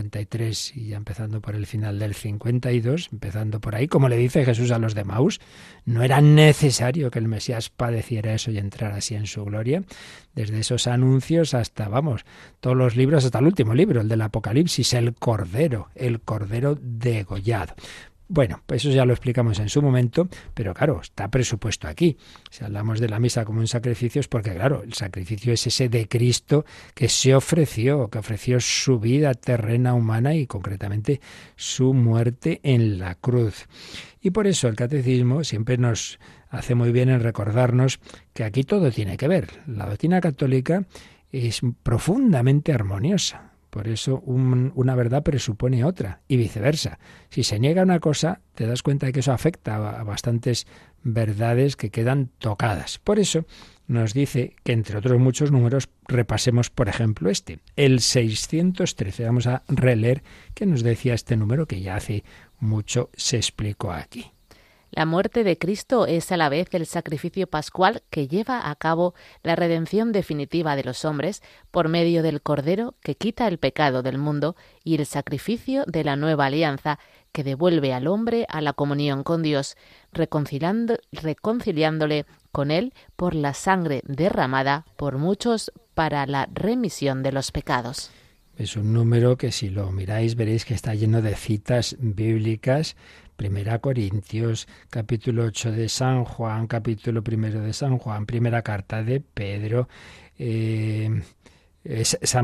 Speaker 2: 53 y ya empezando por el final del 52, empezando por ahí, como le dice Jesús a los de Maús, no era necesario que el Mesías padeciera eso y entrara así en su gloria. Desde esos anuncios hasta, todos los libros, hasta el último libro, el del Apocalipsis, el Cordero degollado. Bueno, pues eso ya lo explicamos en su momento, pero claro, está presupuesto aquí. Si hablamos de la misa como un sacrificio es porque, claro, el sacrificio es ese de Cristo que se ofreció, que ofreció su vida terrena, humana y concretamente su muerte en la cruz. Y por eso el catecismo siempre nos hace muy bien en recordarnos que aquí todo tiene que ver. La doctrina católica es profundamente armoniosa. Por eso una verdad presupone otra y viceversa. Si se niega una cosa, te das cuenta de que eso afecta a bastantes verdades que quedan tocadas. Por eso nos dice que, entre otros muchos números, repasemos, por ejemplo, el 613. Vamos a releer qué nos decía este número que ya hace mucho se explicó aquí.
Speaker 3: La muerte de Cristo es a la vez el sacrificio pascual que lleva a cabo la redención definitiva de los hombres por medio del Cordero que quita el pecado del mundo y el sacrificio de la nueva alianza que devuelve al hombre a la comunión con Dios, reconciliándole con Él por la sangre derramada por muchos para la remisión de los pecados.
Speaker 2: Es un número que si lo miráis veréis que está lleno de citas bíblicas. 1 Corintios, capítulo 8 de San Juan, capítulo 1 de San Juan, primera carta de Pedro, San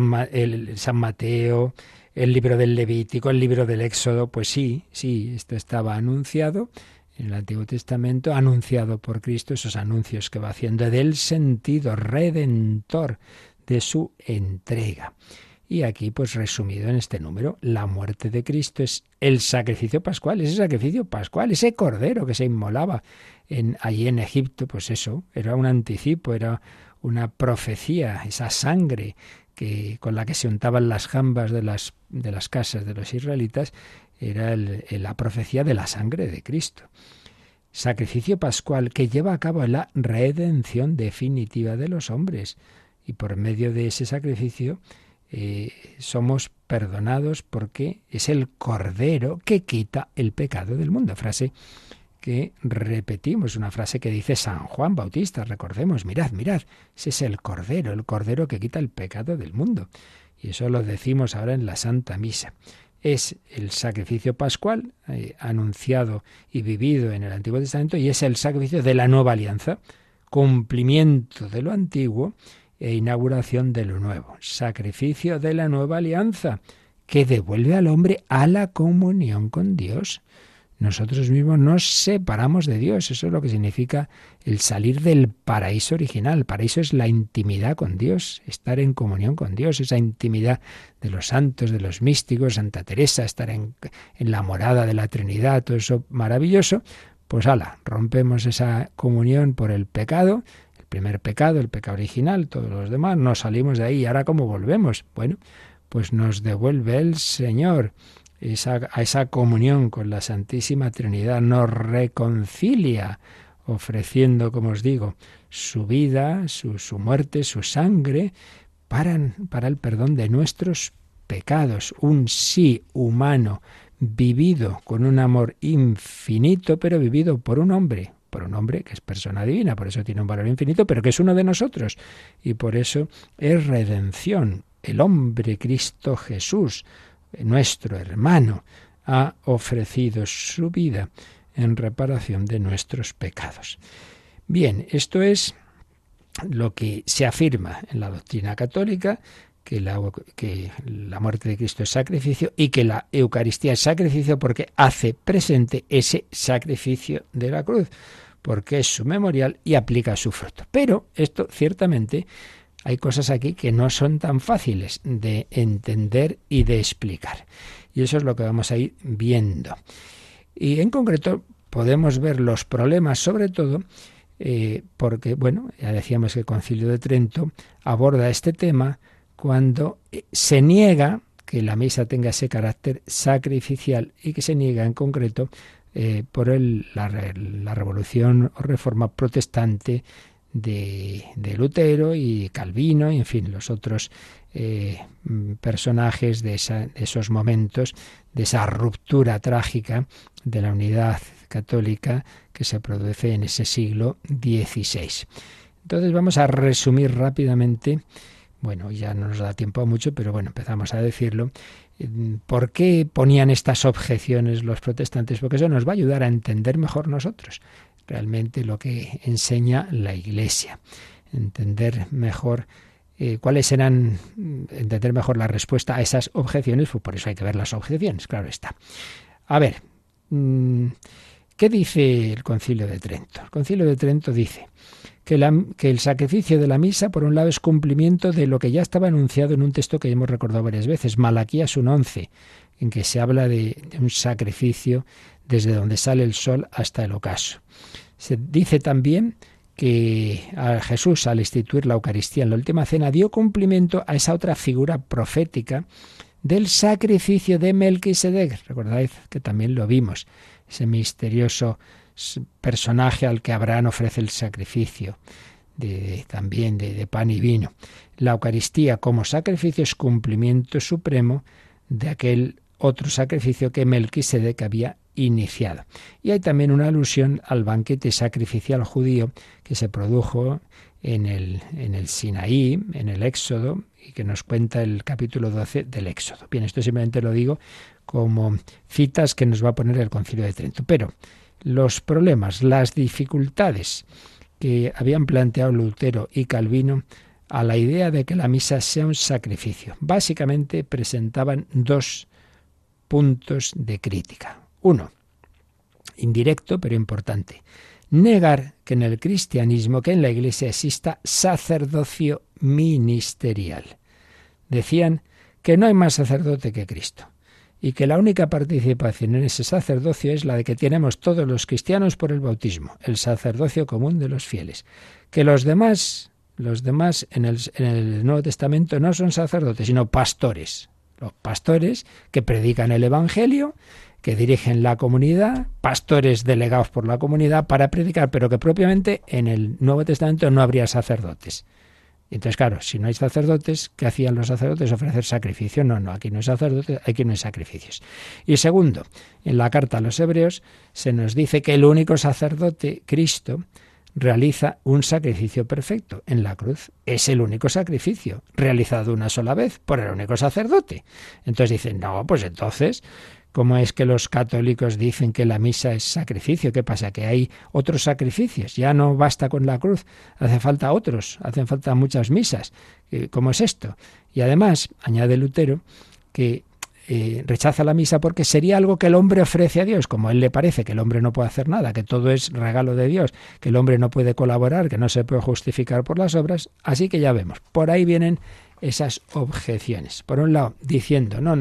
Speaker 2: Mateo, el libro del Levítico, el libro del Éxodo, pues sí, esto estaba anunciado en el Antiguo Testamento, anunciado por Cristo, esos anuncios que va haciendo del sentido redentor de su entrega. Y aquí, pues resumido en este número, la muerte de Cristo es el sacrificio pascual, ese sacrificio pascual, ese cordero que se inmolaba allí en Egipto, pues eso, era un anticipo, era una profecía, esa sangre con la que se untaban las jambas de las casas de los israelitas, era la profecía de la sangre de Cristo. Sacrificio pascual que lleva a cabo la redención definitiva de los hombres. Y por medio de ese sacrificio somos perdonados porque es el Cordero que quita el pecado del mundo. Frase que repetimos, una frase que dice San Juan Bautista, recordemos, mirad, ese es el Cordero que quita el pecado del mundo. Y eso lo decimos ahora en la Santa Misa. Es el sacrificio pascual anunciado y vivido en el Antiguo Testamento y es el sacrificio de la nueva alianza, cumplimiento de lo antiguo e inauguración de lo nuevo. Sacrificio de la nueva alianza que devuelve al hombre a la comunión con Dios. Nosotros mismos nos separamos de Dios. Eso es lo que significa el salir del paraíso original. El paraíso es la intimidad con Dios, estar en comunión con Dios, esa intimidad de los santos, de los místicos, Santa Teresa, estar en la morada de la Trinidad, todo eso maravilloso. Pues rompemos esa comunión por el pecado, el primer pecado, el pecado original, todos los demás, nos salimos de ahí. ¿Y ahora cómo volvemos? Bueno, pues nos devuelve el Señor a esa comunión con la Santísima Trinidad, nos reconcilia, ofreciendo, como os digo, su vida, su muerte, su sangre, para el perdón de nuestros pecados. Un sí humano, vivido con un amor infinito, pero vivido por un hombre que es persona divina, por eso tiene un valor infinito, pero que es uno de nosotros. Y por eso es redención. El hombre Cristo Jesús, nuestro hermano, ha ofrecido su vida en reparación de nuestros pecados. Bien, esto es lo que se afirma en la doctrina católica, que la muerte de Cristo es sacrificio y que la Eucaristía es sacrificio porque hace presente ese sacrificio de la cruz, porque es su memorial y aplica su fruto. Pero esto ciertamente hay cosas aquí que no son tan fáciles de entender y de explicar. Y eso es lo que vamos a ir viendo. Y en concreto podemos ver los problemas, sobre todo, porque, bueno, ya decíamos que el Concilio de Trento aborda este tema cuando se niega que la misa tenga ese carácter sacrificial y que se niega en concreto por la revolución o reforma protestante de Lutero y Calvino y, en fin, los otros personajes de esos momentos, de esa ruptura trágica de la unidad católica que se produce en ese siglo XVI. Entonces vamos a resumir rápidamente, bueno, ya no nos da tiempo a mucho, pero bueno, empezamos a decirlo. ¿Por qué ponían estas objeciones los protestantes? Porque eso nos va a ayudar a entender mejor nosotros realmente lo que enseña la Iglesia, entender mejor entender mejor la respuesta a esas objeciones. Pues por eso hay que ver las objeciones, claro está. A ver, ¿qué dice el Concilio de Trento? El Concilio de Trento dice que el sacrificio de la misa, por un lado, es cumplimiento de lo que ya estaba anunciado en un texto que hemos recordado varias veces, Malaquías 1:11, en que se habla de un sacrificio desde donde sale el sol hasta el ocaso. Se dice también que a Jesús, al instituir la Eucaristía en la última cena, dio cumplimiento a esa otra figura profética del sacrificio de Melquisedec. Recordáis que también lo vimos, ese misterioso personaje al que Abraham ofrece el sacrificio también de pan y vino. La Eucaristía como sacrificio es cumplimiento supremo de aquel otro sacrificio que Melquisedec había iniciado. Y hay también una alusión al banquete sacrificial judío que se produjo en el Sinaí, en el Éxodo, y que nos cuenta el capítulo 12 del Éxodo. Bien, esto simplemente lo digo como citas que nos va a poner el Concilio de Trento. Pero los problemas, las dificultades que habían planteado Lutero y Calvino a la idea de que la misa sea un sacrificio. Básicamente presentaban dos puntos de crítica. Uno, indirecto pero importante, negar que en el cristianismo, que en la Iglesia exista sacerdocio ministerial. Decían que no hay más sacerdote que Cristo y que la única participación en ese sacerdocio es la de que tenemos todos los cristianos por el bautismo, el sacerdocio común de los fieles. Que los demás en el Nuevo Testamento no son sacerdotes, sino pastores. Los pastores que predican el Evangelio, que dirigen la comunidad, pastores delegados por la comunidad para predicar, pero que propiamente en el Nuevo Testamento no habría sacerdotes. Entonces, claro, si no hay sacerdotes, ¿qué hacían los sacerdotes? Ofrecer sacrificio. No, aquí no hay sacerdotes, aquí no hay sacrificios. Y segundo, en la carta a los Hebreos se nos dice que el único sacerdote, Cristo, realiza un sacrificio perfecto en la cruz. Es el único sacrificio realizado una sola vez por el único sacerdote. Entonces dicen, no, pues entonces, ¿cómo es que los católicos dicen que la misa es sacrificio? ¿Qué pasa? ¿Que hay otros sacrificios? Ya no basta con la cruz, hace falta otros, hacen falta muchas misas. ¿Cómo es esto? Y además, añade Lutero, que rechaza la misa porque sería algo que el hombre ofrece a Dios, como a él le parece que el hombre no puede hacer nada, que todo es regalo de Dios, que el hombre no puede colaborar, que no se puede justificar por las obras. Así que ya vemos, por ahí vienen esas objeciones. Por un lado, diciendo, no.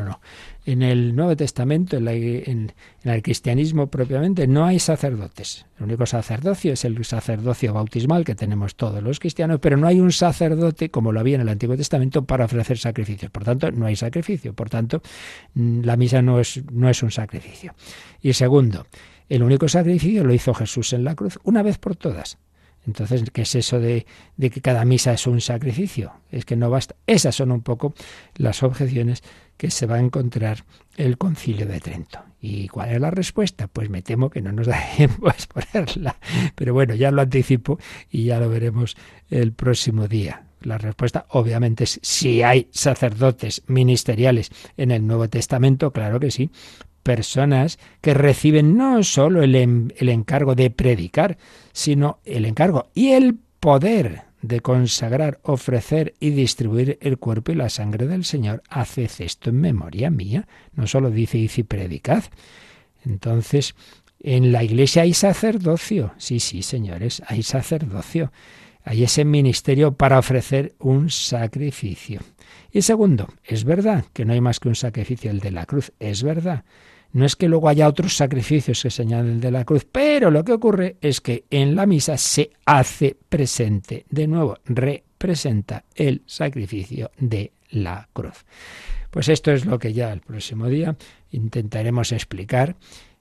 Speaker 2: En el Nuevo Testamento, en el cristianismo propiamente, no hay sacerdotes. El único sacerdocio es el sacerdocio bautismal que tenemos todos los cristianos, pero no hay un sacerdote, como lo había en el Antiguo Testamento, para ofrecer sacrificios. Por tanto, no hay sacrificio. Por tanto, la misa no es un sacrificio. Y segundo, el único sacrificio lo hizo Jesús en la cruz, una vez por todas. Entonces, ¿qué es eso de que cada misa es un sacrificio? Es que no basta. Esas son un poco las objeciones que se va a encontrar el Concilio de Trento. ¿Y cuál es la respuesta? Pues me temo que no nos da tiempo a exponerla. Pero bueno, ya lo anticipo y ya lo veremos el próximo día. La respuesta obviamente es si hay sacerdotes ministeriales en el Nuevo Testamento, claro que sí. Personas que reciben no solo el encargo de predicar, sino el encargo y el poder de consagrar, ofrecer y distribuir el cuerpo y la sangre del Señor. Haced esto en memoria mía. No solo dice id y predicad. Entonces, en la Iglesia hay sacerdocio. Sí, señores, hay sacerdocio. Hay ese ministerio para ofrecer un sacrificio. Y segundo, es verdad que no hay más que un sacrificio, el de la cruz. Es verdad. No es que luego haya otros sacrificios que señalen el de la cruz, pero lo que ocurre es que en la misa se hace presente, de nuevo, representa el sacrificio de la cruz. Pues esto es lo que ya el próximo día intentaremos explicar,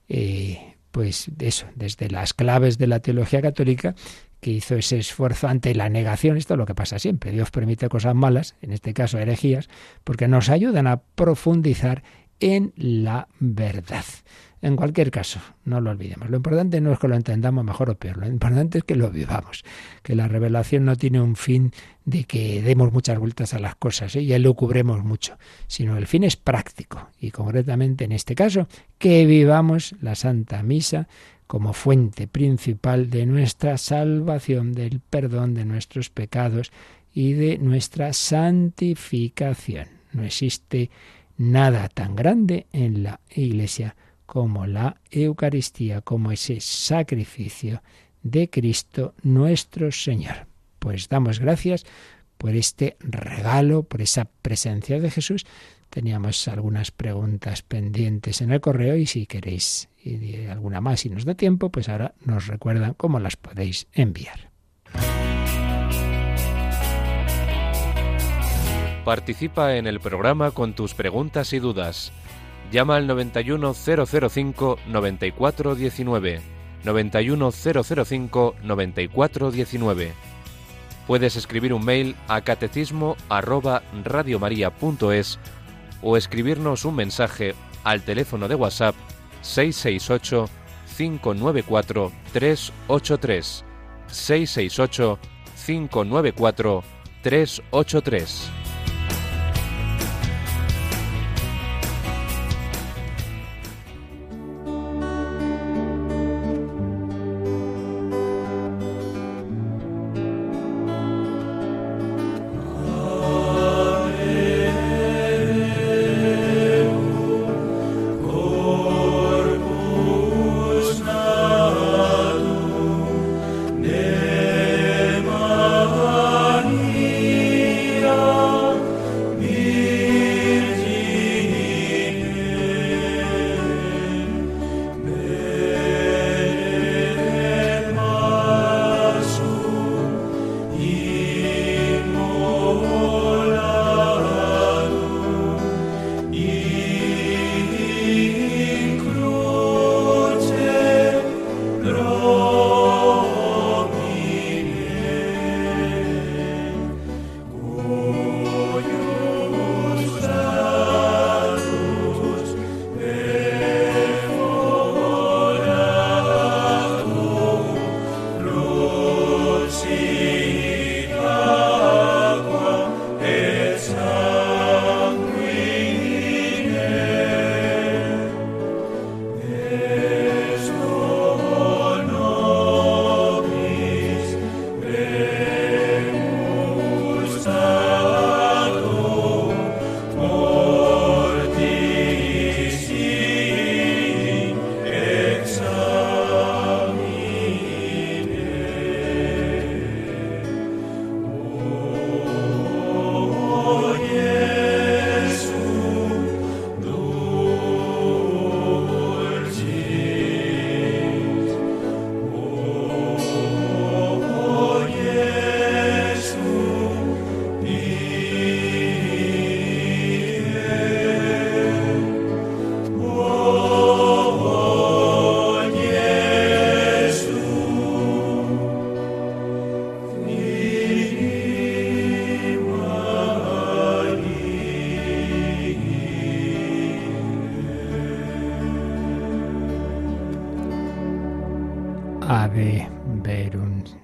Speaker 2: pues eso, desde las claves de la teología católica, que hizo ese esfuerzo ante la negación. Esto es lo que pasa siempre. Dios permite cosas malas, en este caso herejías, porque nos ayudan a profundizar en la verdad. En cualquier caso, no lo olvidemos. Lo importante no es que lo entendamos mejor o peor, lo importante es que lo vivamos, que la revelación no tiene un fin de que demos muchas vueltas a las cosas y elucubremos mucho, sino el fin es práctico y concretamente en este caso, que vivamos la Santa Misa como fuente principal de nuestra salvación, del perdón de nuestros pecados y de nuestra santificación. No existe nada tan grande en la Iglesia como la Eucaristía, como ese sacrificio de Cristo nuestro Señor. Pues damos gracias por este regalo, por esa presencia de Jesús. Teníamos algunas preguntas pendientes en el correo y si queréis alguna más, si nos da tiempo, pues ahora nos recuerdan cómo las podéis enviar.
Speaker 5: Participa en el programa con tus preguntas y dudas. Llama al 91005-9419. 91005-9419. Puedes escribir un mail a catecismo@radiomaria.es o escribirnos un mensaje al teléfono de WhatsApp 668 594 383. 668 594 383.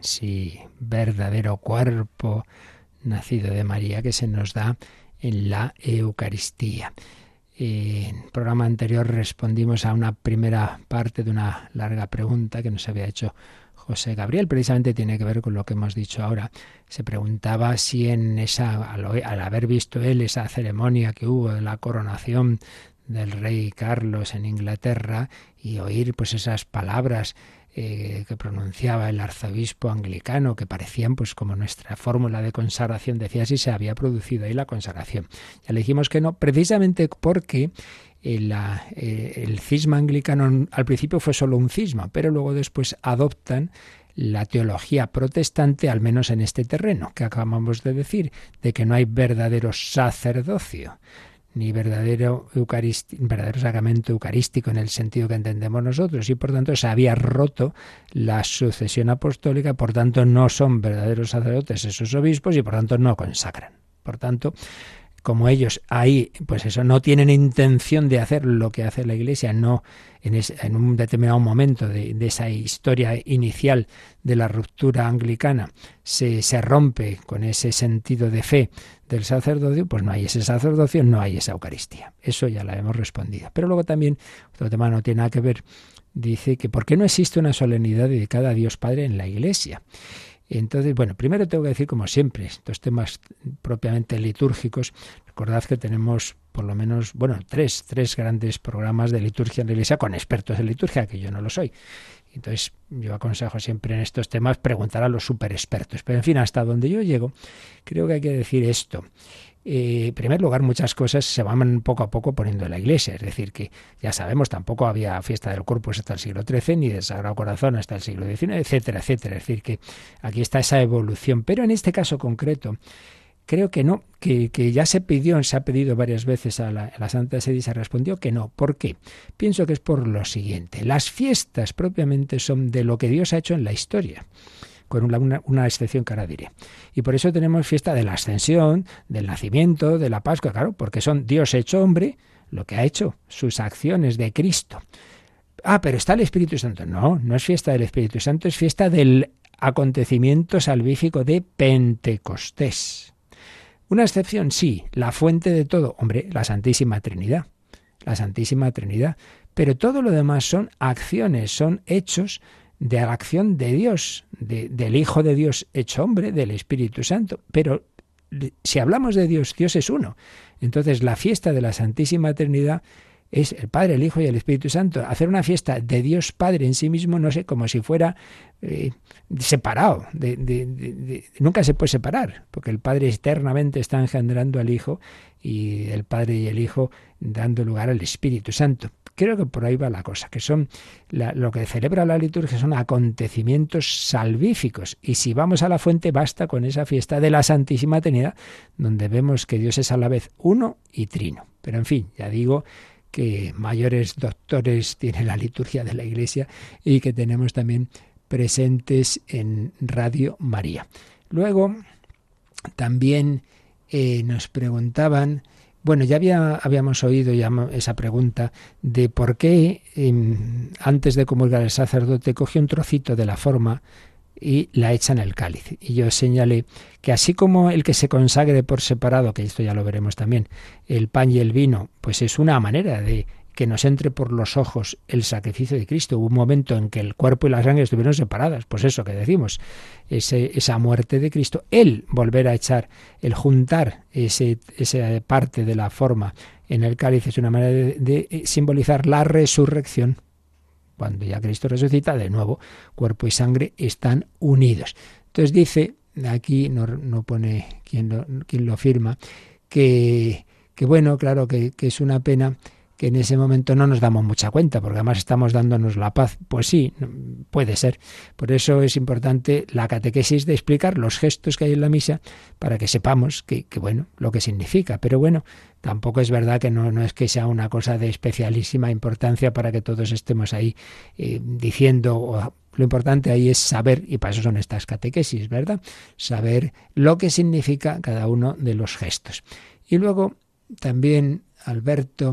Speaker 2: sí, verdadero cuerpo nacido de María que se nos da en la Eucaristía. En el programa anterior respondimos a una primera parte de una larga pregunta que nos había hecho José Gabriel, precisamente tiene que ver con lo que hemos dicho ahora. Se preguntaba si al haber visto él esa ceremonia que hubo de la coronación del rey Carlos en Inglaterra y oír pues esas palabras que pronunciaba el arzobispo anglicano, que parecían pues como nuestra fórmula de consagración, decía si se había producido ahí la consagración. Ya le dijimos que no, precisamente porque el cisma anglicano al principio fue solo un cisma, pero luego después adoptan la teología protestante, al menos en este terreno que acabamos de decir, de que no hay verdadero sacerdocio, ni verdadero sacramento eucarístico en el sentido que entendemos nosotros, y por tanto se había roto la sucesión apostólica, por tanto no son verdaderos sacerdotes esos obispos y por tanto no consagran. Por tanto, como ellos ahí, pues eso, no tienen intención de hacer lo que hace la Iglesia, no en un determinado momento de esa historia inicial de la ruptura anglicana, se rompe con ese sentido de fe del sacerdocio, pues no hay ese sacerdocio, no hay esa Eucaristía. Eso ya la hemos respondido. Pero luego también, otro tema no tiene nada que ver, dice que ¿por qué no existe una solemnidad dedicada a Dios Padre en la Iglesia? Entonces, bueno, primero tengo que decir, como siempre, estos temas propiamente litúrgicos, recordad que tenemos por lo menos, tres grandes programas de liturgia en la Iglesia con expertos en liturgia, que yo no lo soy. Entonces, yo aconsejo siempre en estos temas preguntar a los superexpertos. Pero, en fin, hasta donde yo llego, creo que hay que decir esto. En primer lugar, muchas cosas se van poco a poco poniendo en la Iglesia. Es decir, que ya sabemos, tampoco había fiesta del Corpus hasta el siglo XIII, ni del Sagrado Corazón hasta el siglo XIX, etcétera, etcétera. Es decir, que aquí está esa evolución. Pero en este caso concreto, creo que no, que ya se ha pedido varias veces a la Santa Sede y se respondió que no. ¿Por qué? Pienso que es por lo siguiente. Las fiestas propiamente son de lo que Dios ha hecho en la historia, con una excepción que ahora diré. Y por eso tenemos fiesta de la Ascensión, del Nacimiento, de la Pascua, claro, porque son Dios hecho hombre, lo que ha hecho, sus acciones de Cristo. Ah, pero está el Espíritu Santo. No, no es fiesta del Espíritu Santo, es fiesta del acontecimiento salvífico de Pentecostés. Una excepción, sí, la fuente de todo, hombre, la Santísima Trinidad. La Santísima Trinidad. Pero todo lo demás son acciones, son hechos de la acción de Dios, del Hijo de Dios hecho hombre, del Espíritu Santo. Pero si hablamos de Dios, Dios es uno. Entonces la fiesta de la Santísima Trinidad es el Padre, el Hijo y el Espíritu Santo. Hacer una fiesta de Dios Padre en sí mismo, no sé, como si fuera separado. Nunca se puede separar, porque el Padre eternamente está engendrando al Hijo y el Padre y el Hijo dando lugar al Espíritu Santo. Creo que por ahí va la cosa, que son lo que celebra la liturgia son acontecimientos salvíficos. Y si vamos a la fuente, basta con esa fiesta de la Santísima Trinidad, donde vemos que Dios es a la vez uno y trino. Pero en fin, ya digo que mayores doctores tiene la liturgia de la Iglesia y que tenemos también presentes en Radio María. Luego, también nos preguntaban... Bueno, ya habíamos oído ya esa pregunta de por qué antes de comulgar el sacerdote coge un trocito de la forma y la echa en el cáliz. Y yo señalé que así como el que se consagre por separado, que esto ya lo veremos también, el pan y el vino, pues es una manera de que nos entre por los ojos el sacrificio de Cristo. Hubo un momento en que el cuerpo y la sangre estuvieron separadas, pues eso que decimos, esa muerte de Cristo, el volver a echar, el juntar esa parte de la forma en el cáliz es una manera de simbolizar la resurrección. Cuando ya Cristo resucita, de nuevo, cuerpo y sangre están unidos. Entonces dice, aquí no pone quién lo firma, que bueno, claro, que es una pena que en ese momento no nos damos mucha cuenta, porque además estamos dándonos la paz. Pues sí, puede ser. Por eso es importante la catequesis de explicar los gestos que hay en la misa para que sepamos que bueno, lo que significa. Pero bueno, tampoco es verdad que no es que sea una cosa de especialísima importancia para que todos estemos ahí diciendo... Lo importante ahí es saber, y para eso son estas catequesis, ¿verdad? Saber lo que significa cada uno de los gestos. Y luego también Alberto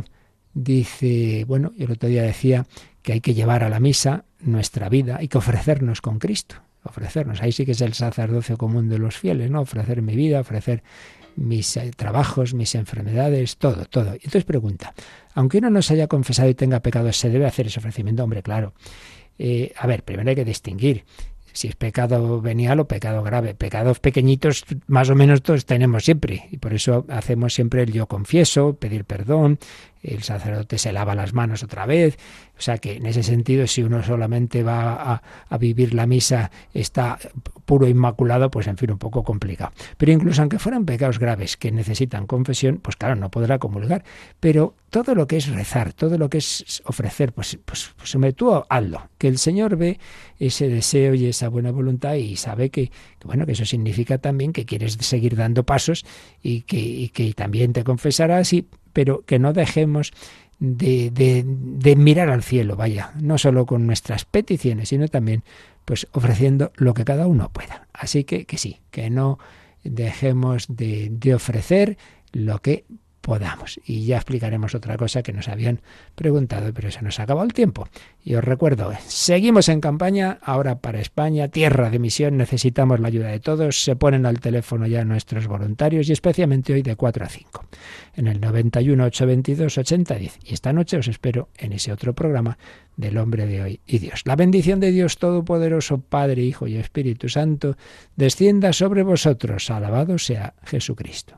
Speaker 2: dice, bueno, yo el otro día decía que hay que llevar a la misa nuestra vida, hay que ofrecernos con Cristo. ofrecernos. Ahí sí que es el sacerdocio común de los fieles, ¿no? Ofrecer mi vida, ofrecer mis trabajos, mis enfermedades, todo. Y entonces pregunta, aunque uno no se haya confesado y tenga pecados, ¿se debe hacer ese ofrecimiento? Hombre, claro. A ver, primero hay que distinguir si es pecado venial o pecado grave. Pecados pequeñitos más o menos todos tenemos siempre, y por eso hacemos siempre el yo confieso, pedir perdón, el sacerdote se lava las manos otra vez. O sea que en ese sentido, si uno solamente va a vivir la misa, está puro inmaculado, pues en fin, un poco complicado. Pero incluso aunque fueran pecados graves que necesitan confesión, pues claro, no podrá comulgar. Pero todo lo que es rezar, todo lo que es ofrecer, pues hombre, tú hazlo. Que el Señor ve ese deseo y esa buena voluntad y sabe que eso significa también que quieres seguir dando pasos y que también te confesarás, pero que no dejemos de mirar al cielo, vaya, no solo con nuestras peticiones, sino también pues ofreciendo lo que cada uno pueda. Así que sí, que no dejemos de ofrecer lo que podamos. Y ya explicaremos otra cosa que nos habían preguntado, pero se nos ha acabado el tiempo. Y os recuerdo, seguimos en campaña ahora para España, tierra de misión, necesitamos la ayuda de todos. Se ponen al teléfono ya nuestros voluntarios y especialmente hoy de 4 a 5 en el 91 822 8010. Y esta noche os espero en ese otro programa del Hombre de Hoy y Dios. La bendición de Dios Todopoderoso, Padre, Hijo y Espíritu Santo, descienda sobre vosotros. Alabado sea Jesucristo.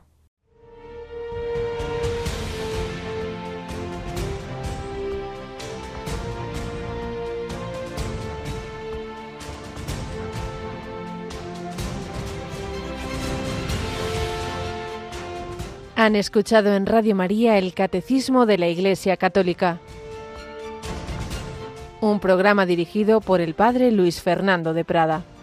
Speaker 1: Han escuchado en Radio María el Catecismo de la Iglesia Católica, un programa dirigido por el Padre Luis Fernando de Prada.